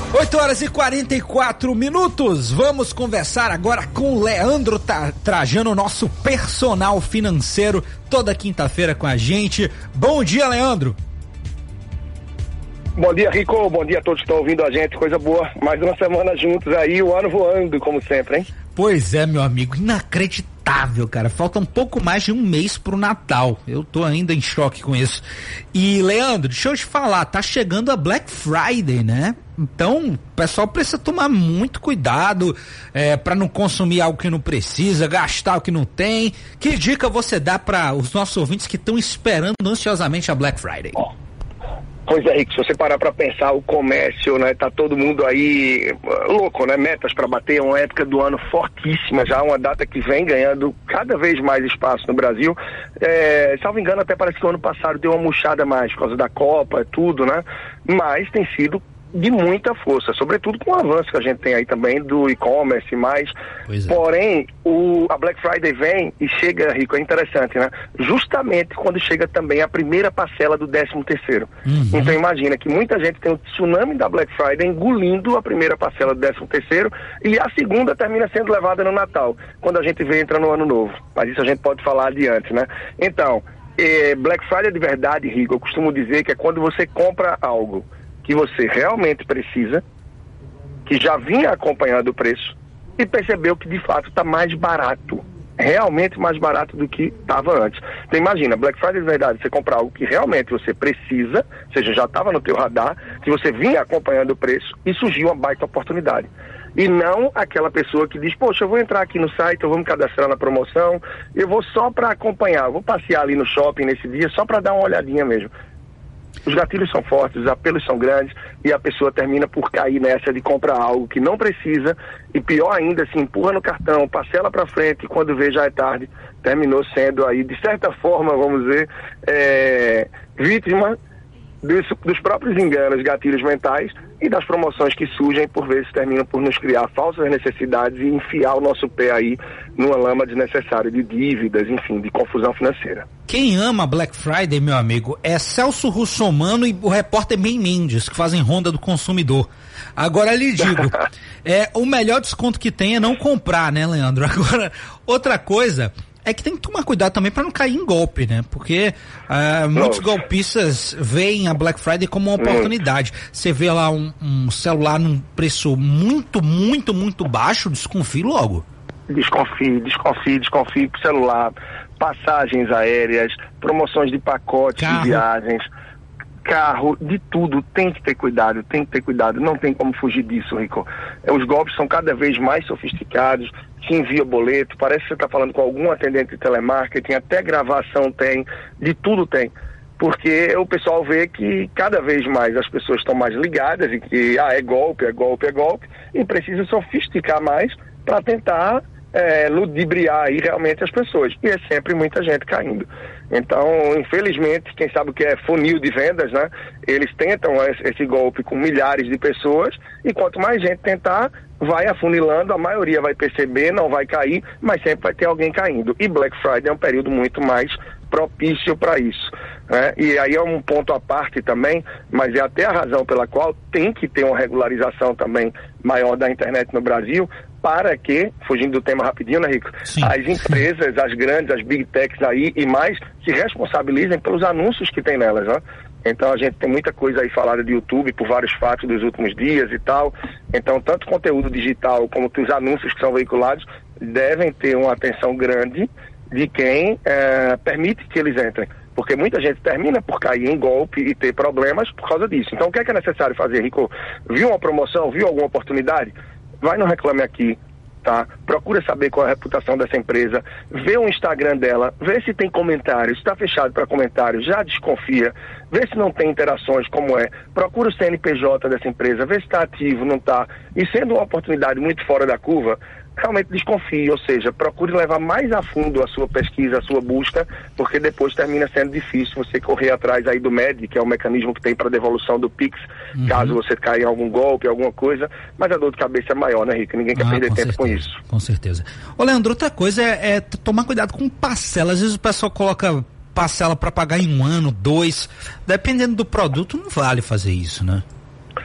8h44. Vamos conversar agora com Leandro Trajano, nosso personal financeiro, toda quinta-feira com a gente. Bom dia, Leandro. Bom dia, Rico. Bom dia a todos que estão ouvindo a gente. Coisa boa. Mais uma semana juntos aí, o ano voando, como sempre, hein? Pois é, meu amigo. Inacreditável, cara. Falta um pouco mais de um mês pro Natal. Eu tô ainda em choque com isso. E, Leandro, deixa eu te falar, tá chegando a Black Friday, né? Então, o pessoal precisa tomar muito cuidado para não consumir algo que não precisa, gastar o que não tem. Que dica você dá para os nossos ouvintes que estão esperando ansiosamente a Black Friday? Pois é, Rico, se você parar para pensar, o comércio, né, tá todo mundo aí louco, né, metas para bater, é uma época do ano fortíssima, já uma data que vem ganhando cada vez mais espaço no Brasil. Salvo engano, até parece que o ano passado deu uma murchada mais por causa da Copa, tudo, né, mas tem sido de muita força, sobretudo com o avanço que a gente tem aí também do e-commerce, mais. Porém, a Black Friday vem e chega, Rico, é interessante, né? Justamente quando chega também a primeira parcela do 13º. Então imagina que muita gente tem o tsunami da Black Friday engolindo a primeira parcela do 13º e a segunda termina sendo levada no Natal, quando a gente entra no Ano Novo. Mas isso a gente pode falar adiante, né? Então, Black Friday de verdade, Rico, eu costumo dizer que é quando você compra algo que você realmente precisa, que já vinha acompanhando o preço e percebeu que de fato está mais barato, realmente mais barato do que estava antes. Então imagina, Black Friday de verdade, você comprar algo que realmente você precisa, ou seja, já estava no teu radar, que você vinha acompanhando o preço e surgiu uma baita oportunidade. E não aquela pessoa que diz, poxa, eu vou entrar aqui no site, eu vou me cadastrar na promoção, eu vou só para acompanhar, eu vou passear ali no shopping nesse dia só para dar uma olhadinha mesmo. Os gatilhos são fortes, os apelos são grandes e a pessoa termina por cair nessa de comprar algo que não precisa e pior ainda, se empurra no cartão, parcela para frente e quando vê já é tarde, terminou sendo aí, de certa forma, vamos dizer, vítima dos próprios enganos, gatilhos mentais e das promoções que surgem, por vezes terminam por nos criar falsas necessidades e enfiar o nosso pé aí numa lama desnecessária de dívidas, enfim, de confusão financeira. Quem ama Black Friday, meu amigo, é Celso Russomano e o repórter Ben Mendes, que fazem Ronda do Consumidor. Agora lhe digo, o melhor desconto que tem é não comprar, né, Leandro? Agora, outra coisa é que tem que tomar cuidado também para não cair em golpe, né? Porque muitos golpistas veem a Black Friday como uma oportunidade. Você vê lá um celular num preço muito, muito, muito baixo, desconfie logo. Desconfie pro celular, passagens aéreas, promoções de pacotes de viagens, carro, de tudo, tem que ter cuidado, não tem como fugir disso, Rico. Os golpes são cada vez mais sofisticados, te envia boleto, parece que você está falando com algum atendente de telemarketing, até gravação tem, de tudo tem. Porque o pessoal vê que cada vez mais as pessoas estão mais ligadas e que é golpe, e precisa sofisticar mais para tentar ludibriar aí realmente as pessoas. E é sempre muita gente caindo. Então, infelizmente, quem sabe o que é funil de vendas, né? Eles tentam esse golpe com milhares de pessoas e quanto mais gente tentar, vai afunilando, a maioria vai perceber, não vai cair, mas sempre vai ter alguém caindo. E Black Friday é um período muito mais propício para isso, né? E aí é um ponto à parte também, mas é até a razão pela qual tem que ter uma regularização também maior da internet no Brasil, para que, fugindo do tema rapidinho, né, Rico? Sim. As empresas, as grandes, as big techs aí e mais, se responsabilizem pelos anúncios que tem nelas, né? Então a gente tem muita coisa aí falada de YouTube por vários fatos dos últimos dias e tal. Então tanto conteúdo digital como os anúncios que são veiculados devem ter uma atenção grande de quem permite que eles entrem. Porque muita gente termina por cair em golpe e ter problemas por causa disso. Então o que é necessário fazer, Rico? Viu uma promoção, viu alguma oportunidade? Vai no Reclame Aqui, tá? Procura saber qual é a reputação dessa empresa, vê o Instagram dela, vê se tem comentários, se está fechado para comentários, já desconfia, vê se não tem interações, como é, procura o CNPJ dessa empresa, vê se está ativo, não está, e sendo uma oportunidade muito fora da curva, realmente desconfie, ou seja, procure levar mais a fundo a sua pesquisa, a sua busca, porque depois termina sendo difícil você correr atrás aí do MED, que é o mecanismo que tem para devolução do Pix, caso você caia em algum golpe, alguma coisa, mas a dor de cabeça é maior, né, Rico? Ninguém quer perder tempo com isso. Com certeza. Ô, Leandro, outra coisa é tomar cuidado com parcela. Às vezes o pessoal coloca parcela para pagar em 1 ano, 2, dependendo do produto, não vale fazer isso, né?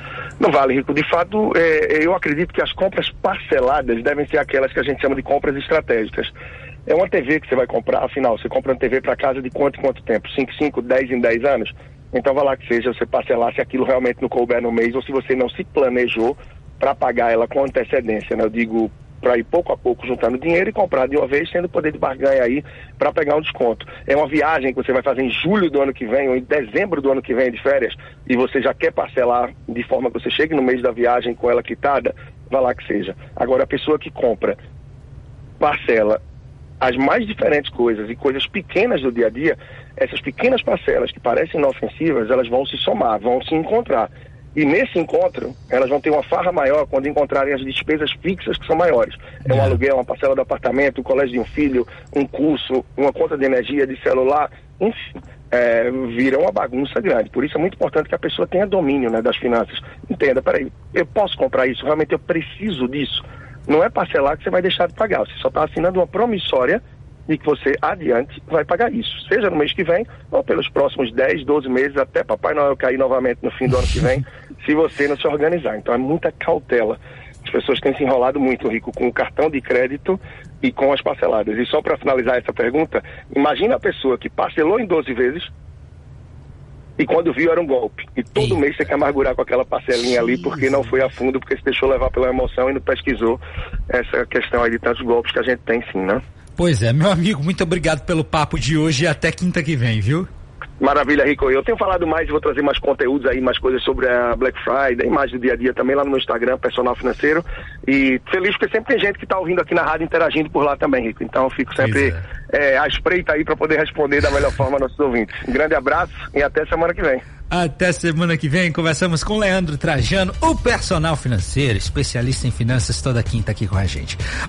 Não vale, Rico. De fato, eu acredito que as compras parceladas devem ser aquelas que a gente chama de compras estratégicas. É uma TV que você vai comprar, afinal, você compra uma TV para casa de quanto em quanto tempo? 5, 10 em 10 anos? Então vai lá que seja, você parcelar se aquilo realmente não couber no mês ou se você não se planejou para pagar ela com antecedência, né? Eu digo para ir pouco a pouco juntando dinheiro e comprar de uma vez, tendo poder de barganha aí para pegar um desconto. É uma viagem que você vai fazer em julho do ano que vem ou em dezembro do ano que vem de férias e você já quer parcelar de forma que você chegue no mês da viagem com ela quitada, vai lá que seja. Agora, a pessoa que compra, parcela as mais diferentes coisas e coisas pequenas do dia a dia, essas pequenas parcelas que parecem inofensivas, elas vão se somar, vão se encontrar. E nesse encontro, elas vão ter uma farra maior quando encontrarem as despesas fixas que são maiores. É um aluguel, uma parcela do apartamento, o colégio de um filho, um curso, uma conta de energia, de celular, enfim, vira uma bagunça grande. Por isso é muito importante que a pessoa tenha domínio, né, das finanças. Entenda, peraí, eu posso comprar isso? Realmente eu preciso disso? Não é parcelar que você vai deixar de pagar. Você só está assinando uma promissória de que você adiante vai pagar isso, seja no mês que vem ou pelos próximos 10, 12 meses, até Papai Noel cair novamente no fim do ano que vem, se você não se organizar. Então é muita cautela. As pessoas têm se enrolado muito, Rico, com o cartão de crédito e com as parceladas. E só para finalizar essa pergunta, imagina a pessoa que parcelou em 12 vezes e quando viu era um golpe. E todo mês você quer amargurar com aquela parcelinha ali porque não foi a fundo, porque se deixou levar pela emoção e não pesquisou essa questão aí de tantos golpes que a gente tem sim, né? Pois é, meu amigo, muito obrigado pelo papo de hoje e até quinta que vem, viu? Maravilha, Rico. Eu tenho falado mais, vou trazer mais conteúdos aí, mais coisas sobre a Black Friday, mais do dia a dia também lá no meu Instagram, Personal Financeiro. E feliz porque sempre tem gente que está ouvindo aqui na rádio, interagindo por lá também, Rico. Então eu fico sempre à espreita aí para poder responder da melhor forma aos nossos ouvintes. Um grande abraço e até semana que vem. Até semana que vem, conversamos com Leandro Trajano, o Personal Financeiro, especialista em finanças, toda quinta aqui com a gente.